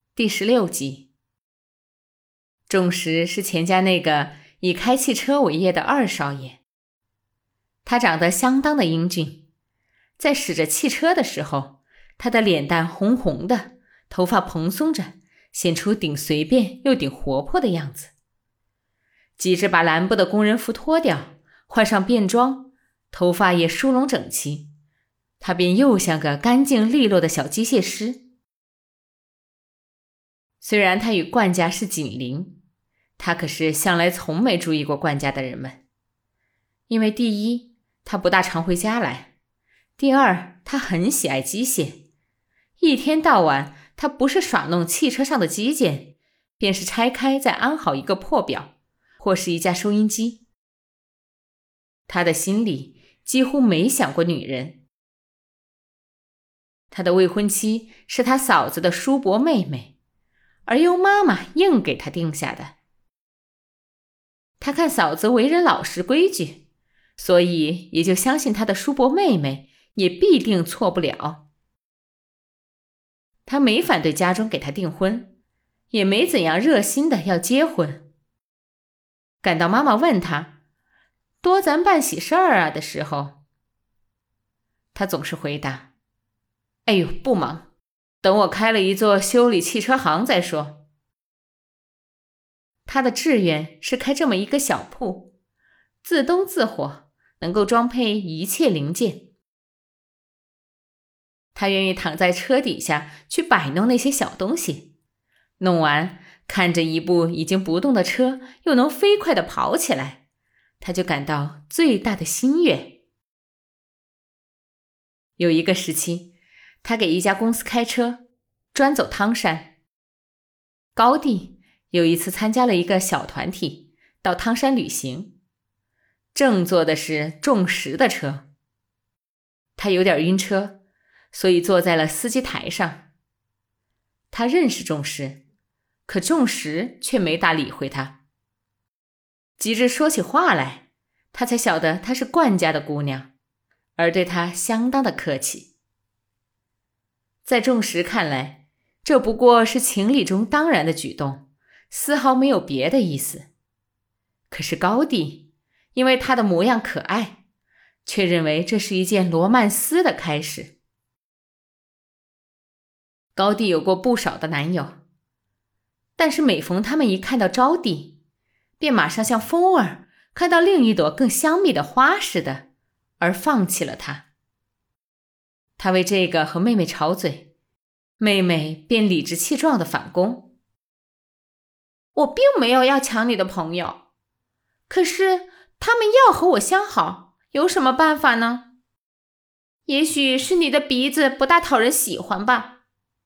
第16集。仲石是钱家那个以开汽车为业的二少爷，他长得相当的英俊，在驶着汽车的时候，他的脸蛋红红的，头发蓬松着，显出顶随便又顶活泼的样子。急着把蓝布的工人服脱掉，换上便装，头发也梳拢整齐，他便又像个干净利落的小机械师。虽然他与冠家是紧邻，他可是向来从没注意过冠家的人们。因为第一，他不大常回家来；第二，他很喜爱机械，一天到晚他不是耍弄汽车上的机件，便是拆开再安好一个破表，或是一架收音机。他的心里几乎没想过女人。他的未婚妻是他嫂子的叔伯妹妹，而由妈妈硬给他定下的。他看嫂子为人老实规矩，所以也就相信他的叔伯妹妹也必定错不了。他没反对家中给他订婚，也没怎样热心的要结婚。赶到妈妈问他多咱办喜事儿啊的时候，他总是回答：哎呦，不忙，等我开了一座修理汽车行再说。他的志愿是开这么一个小铺，自东自火，能够装配一切零件。他愿意躺在车底下去摆弄那些小东西，弄完看着一部已经不动的车又能飞快地跑起来，他就感到最大的心悦。有一个时期，他给一家公司开车，专走汤山。高第有一次参加了一个小团体到汤山旅行，正坐的是仲石的车。他有点晕车，所以坐在了司机台上。他认识仲石，可仲石却没大理会他。及至说起话来，他才晓得她是冠家的姑娘，而对他相当的客气。在仲石看来，这不过是情理中当然的举动，丝毫没有别的意思。可是高第因为她的模样可爱，却认为这是一件罗曼斯的开始。高第有过不少的男友，但是每逢他们一看到招娣，便马上像风儿看到另一朵更香蜜的花似的，而放弃了她。他为这个和妹妹吵嘴，妹妹便理直气壮地反攻：我并没有要抢你的朋友，可是他们要和我相好，有什么办法呢？也许是你的鼻子不大讨人喜欢吧。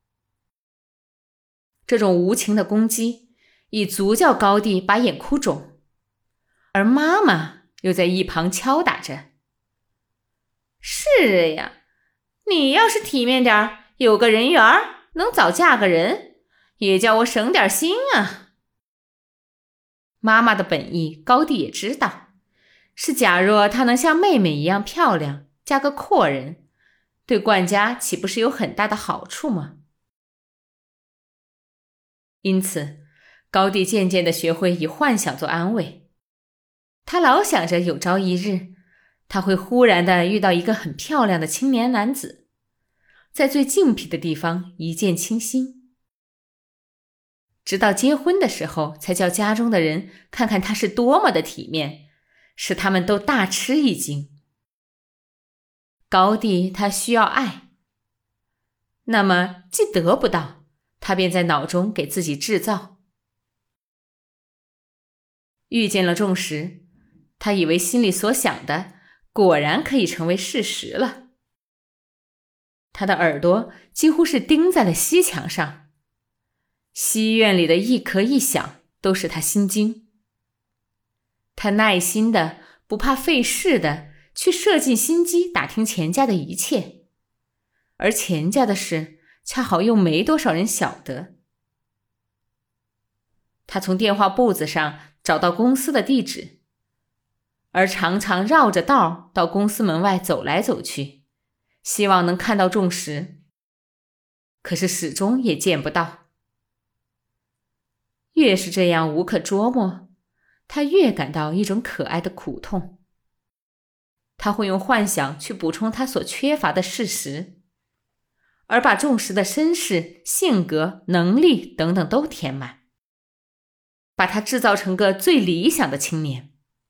这种无情的攻击已足叫高第把眼哭肿，而妈妈又在一旁敲打着：是呀，你要是体面点，有个人缘，能早嫁个人，也叫我省点心啊。妈妈的本意高第也知道，是假若她能像妹妹一样漂亮，嫁个阔人，对冠家岂不是有很大的好处吗？因此高第渐渐地学会以幻想做安慰。他老想着有朝一日，他会忽然地遇到一个很漂亮的青年男子，在最静僻的地方一见倾心，直到结婚的时候才叫家中的人看看他是多么的体面，使他们都大吃一惊。高第他需要爱，那么既得不到，他便在脑中给自己制造。遇见了仲石，他以为心里所想的果然可以成为事实了。他的耳朵几乎是钉在了西墙上，西院里的一咳一响都使他心惊。他耐心的不怕费事的去射进心机打听钱家的一切，而钱家的事恰好又没多少人晓得。他从电话簿子上找到公司的地址，而常常绕着道到公司门外走来走去，希望能看到仲石，可是始终也见不到。 越是这样无可捉摸，他越感到一种可爱的苦痛。他会用幻想去补充他所缺乏的事实，而把重视的身世、性格、能力等等都填满，把他制造成个最理想的青年。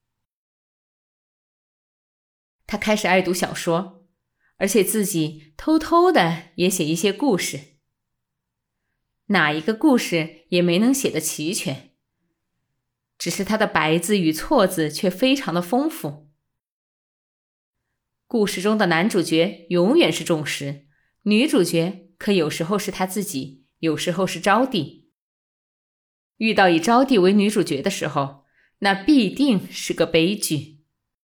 他开始爱读小说，而且自己偷偷的也写一些故事。哪一个故事也没能写得齐全，只是他的白字与错字却非常的丰富。故事中的男主角永远是仲石，女主角可有时候是他自己，有时候是招娣。遇到以招娣为女主角的时候，那必定是个悲剧。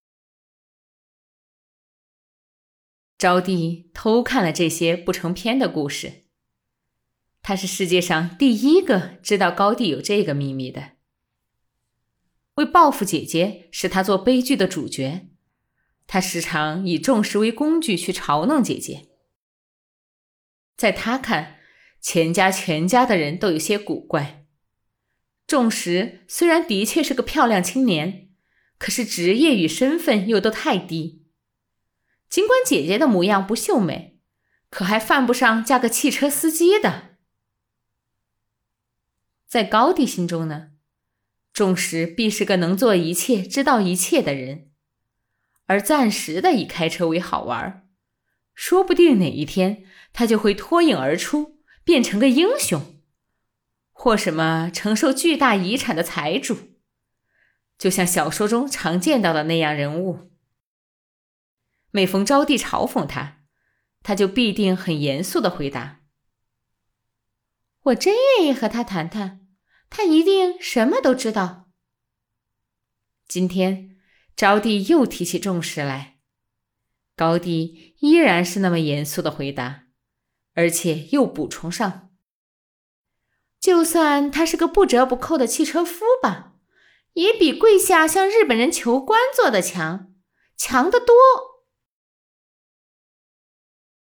招娣偷看了这些不成篇的故事，她是世界上第一个知道高第有这个秘密的。为报复姐姐，使她做悲剧的主角，她时常以仲石为工具去嘲弄姐姐。在她看，钱家全家的人都有些古怪。仲石虽然的确是个漂亮青年，可是职业与身份又都太低。尽管姐姐的模样不秀美，可还犯不上嫁个汽车司机的。在高第心中呢，仲石必是个能做一切、知道一切的人，而暂时的以开车为好玩，说不定哪一天他就会脱颖而出，变成个英雄，或什么承受巨大遗产的财主，就像小说中常见到的那样人物。每逢招娣嘲讽他，他就必定很严肃地回答：我真愿意和他谈谈，他一定什么都知道。今天招娣又提起仲石来，高第依然是那么严肃地回答，而且又补充上：就算他是个不折不扣的汽车夫吧，也比跪下向日本人求官做的强得多。